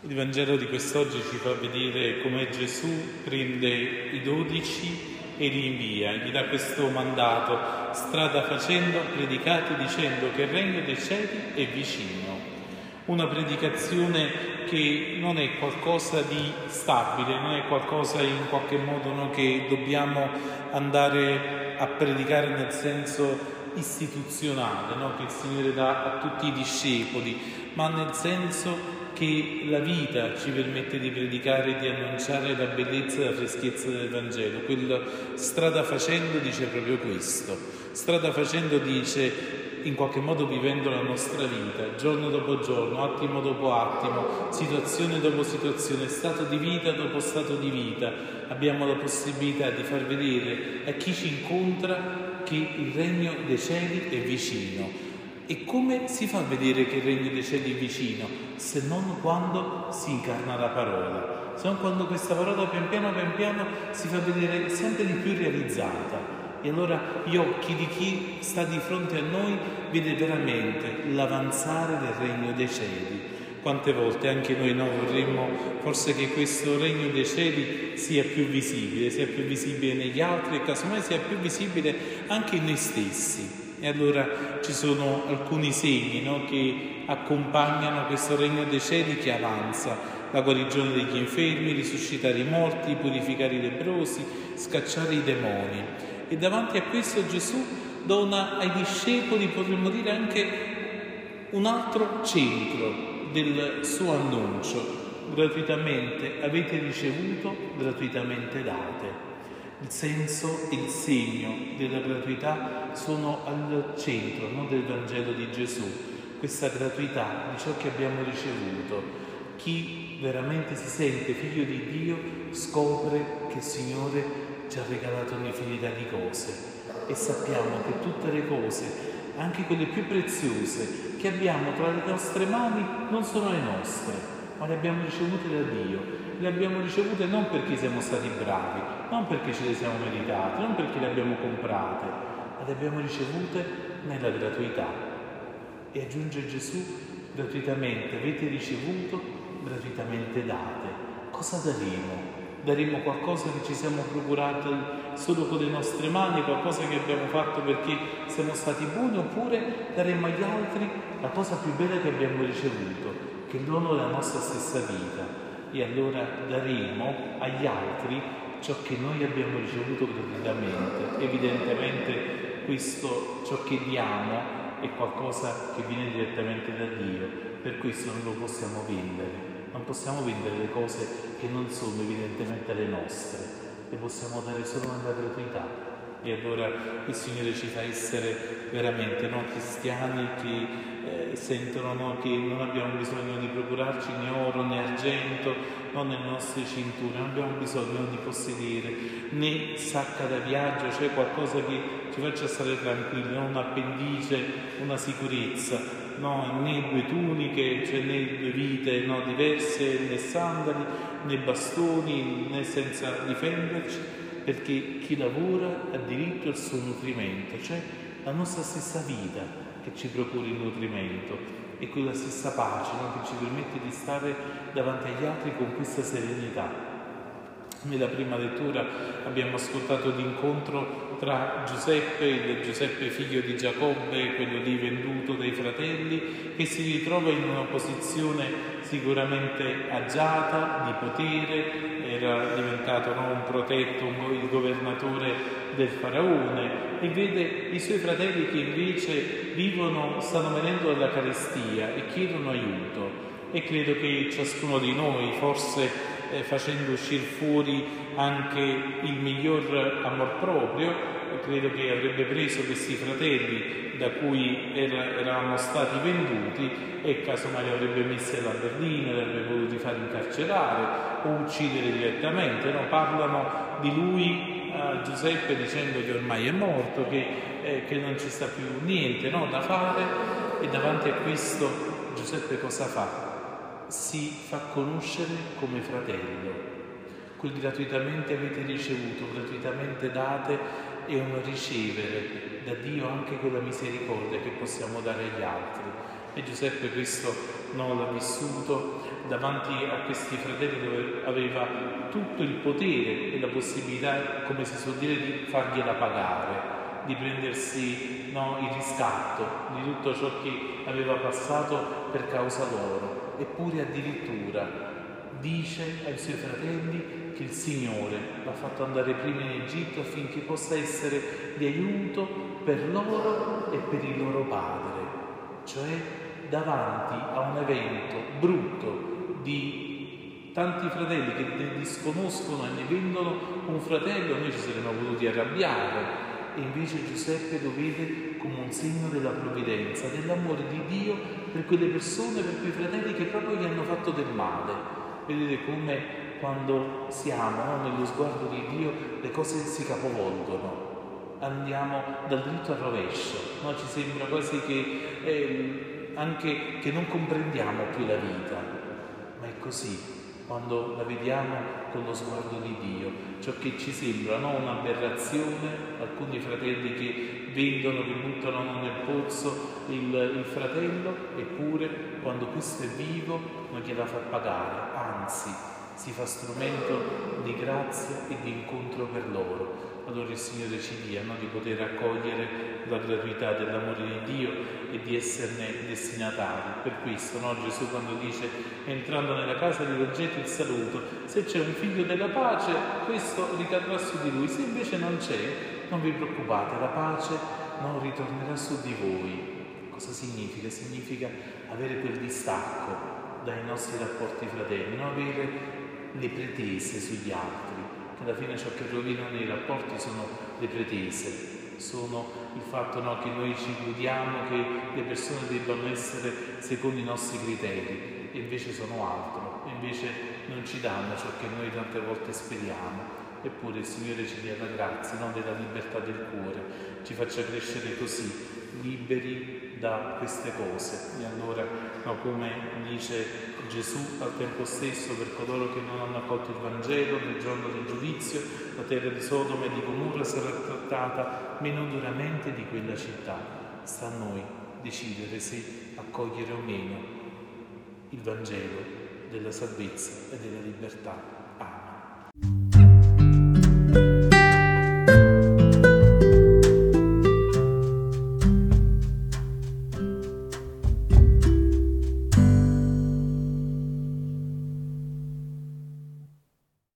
Il Vangelo di quest'oggi ci fa vedere come Gesù prende i 12 e li invia, gli dà questo mandato: strada facendo, predicate dicendo che il regno dei cieli è vicino. Una predicazione che non è qualcosa di stabile, non è qualcosa in qualche modo che dobbiamo andare a predicare nel senso istituzionale, che il Signore dà a tutti i discepoli, ma nel senso che la vita ci permette di predicare e di annunciare la bellezza e la freschezza del Vangelo. Quella strada facendo dice proprio questo. Strada facendo dice, in qualche modo vivendo la nostra vita, giorno dopo giorno, attimo dopo attimo, situazione dopo situazione, stato di vita dopo stato di vita, abbiamo la possibilità di far vedere a chi ci incontra che il regno dei cieli è vicino. E come si fa a vedere che il regno dei cieli è vicino? Se non quando si incarna la parola, se non quando questa parola pian piano si fa vedere sempre di più realizzata. E allora gli occhi di chi sta di fronte a noi vede veramente l'avanzare del regno dei cieli. Quante volte anche noi vorremmo forse che questo regno dei cieli sia più visibile negli altri e casomai sia più visibile anche in noi stessi. E allora ci sono alcuni segni che accompagnano questo regno dei cieli che avanza: la guarigione degli infermi, risuscitare i morti, purificare i lebbrosi, scacciare i demoni. E davanti a questo Gesù dona ai discepoli, potremmo dire, anche un altro centro del suo annuncio: gratuitamente avete ricevuto, gratuitamente date. Il senso e il segno della gratuità sono al centro del Vangelo di Gesù, questa gratuità di ciò che abbiamo ricevuto. Chi veramente si sente figlio di Dio scopre che il Signore ci ha regalato un'infinità di cose e sappiamo che tutte le cose, anche quelle più preziose che abbiamo tra le nostre mani, non sono le nostre, ma le abbiamo ricevute da Dio. Le abbiamo ricevute non perché siamo stati bravi, non perché ce le siamo meritate, non perché le abbiamo comprate, ma le abbiamo ricevute nella gratuità. E aggiunge Gesù: gratuitamente avete ricevuto, gratuitamente date. Cosa daremo? Daremo qualcosa che ci siamo procurati solo con le nostre mani, qualcosa che abbiamo fatto perché siamo stati buoni, oppure daremo agli altri la cosa più bella che abbiamo ricevuto, che è il dono della nostra stessa vita. E allora daremo agli altri ciò che noi abbiamo ricevuto gratuitamente. Evidentemente questo, ciò che diamo, è qualcosa che viene direttamente da Dio, per questo non lo possiamo vendere. Non possiamo vendere le cose che non sono evidentemente le nostre, le possiamo dare solo nella gratuità. E allora il Signore ci fa essere veramente cristiani che sentono che non abbiamo bisogno di procurarci né oro né argento, non nelle nostre cinture, non abbiamo bisogno di possedere né sacca da viaggio, cioè qualcosa che ci faccia stare tranquilli, non un'appendice, una sicurezza, né due tuniche, cioè né due vite diverse, né sandali, né bastoni, né senza difenderci, perché chi lavora ha diritto al suo nutrimento, cioè la nostra stessa vita che ci procura il nutrimento e quella stessa pace che ci permette di stare davanti agli altri con questa serenità. Nella prima lettura abbiamo ascoltato l'incontro tra Giuseppe, il Giuseppe figlio di Giacobbe, quello lì venduto dai fratelli, che si ritrova in una posizione sicuramente agiata, di potere, era diventato un protetto, il governatore del faraone, e vede i suoi fratelli che invece stanno venendo dalla carestia e chiedono aiuto. E credo che ciascuno di noi, forse facendo uscire fuori anche il miglior amor proprio, credo che avrebbe preso questi fratelli da cui eravamo stati venduti e casomai li avrebbe messi alla berlina, li avrebbe voluti far incarcerare o uccidere direttamente. Parlano di lui a Giuseppe dicendo che ormai è morto, che non ci sta più niente da fare. E davanti a questo Giuseppe cosa fa? Si fa conoscere come fratello. Quel gratuitamente avete ricevuto, gratuitamente date, è un ricevere da Dio anche quella misericordia che possiamo dare agli altri. E Giuseppe questo non l'ha vissuto davanti a questi fratelli, dove aveva tutto il potere e la possibilità, come si suol dire, di fargliela pagare, di prendersi il riscatto di tutto ciò che aveva passato per causa loro. Eppure addirittura dice ai suoi fratelli che il Signore l'ha fatto andare prima in Egitto affinché possa essere di aiuto per loro e per il loro padre. Cioè, davanti a un evento brutto di tanti fratelli che ne disconoscono e ne vendono un fratello, noi ci saremmo voluti arrabbiare, e invece Giuseppe lo vede come un segno della provvidenza, dell'amore di Dio per quelle persone, per quei fratelli che proprio gli hanno fatto del male. Vedete come quando siamo nello sguardo di Dio le cose si capovolgono, andiamo dal dritto al rovescio, ci sembra quasi che anche che non comprendiamo più la vita, ma è così quando la vediamo con lo sguardo di Dio. Ciò che ci sembra un'aberrazione, alcuni fratelli che vendono, che buttano nel pozzo il fratello, eppure quando questo è vivo non gliela fa pagare, anzi si fa strumento di grazia e di incontro per loro. Allora il Signore ci dia di poter accogliere la gratuità dell'amore di Dio e di esserne destinatari. Per questo Gesù, quando dice entrando nella casa rivolgete il saluto, se c'è un figlio della pace questo ricadrà su di lui, se invece non c'è non vi preoccupate, la pace non ritornerà su di voi. Cosa significa? Significa avere quel distacco dai nostri rapporti fraterni, non avere le pretese sugli altri, che alla fine ciò che rovina nei rapporti sono le pretese, sono il fatto che noi ci illudiamo che le persone debbano essere secondo i nostri criteri, e invece sono altro, e invece non ci danno ciò che noi tante volte speriamo. Eppure il Signore ci dia la grazia della libertà del cuore, ci faccia crescere così, liberi da queste cose. E allora, come dice Gesù al tempo stesso, per coloro che non hanno accolto il Vangelo, nel giorno del giudizio, la terra di Sodoma e di Gomorra sarà trattata meno duramente di quella città. Sta a noi decidere se accogliere o meno il Vangelo della salvezza e della libertà.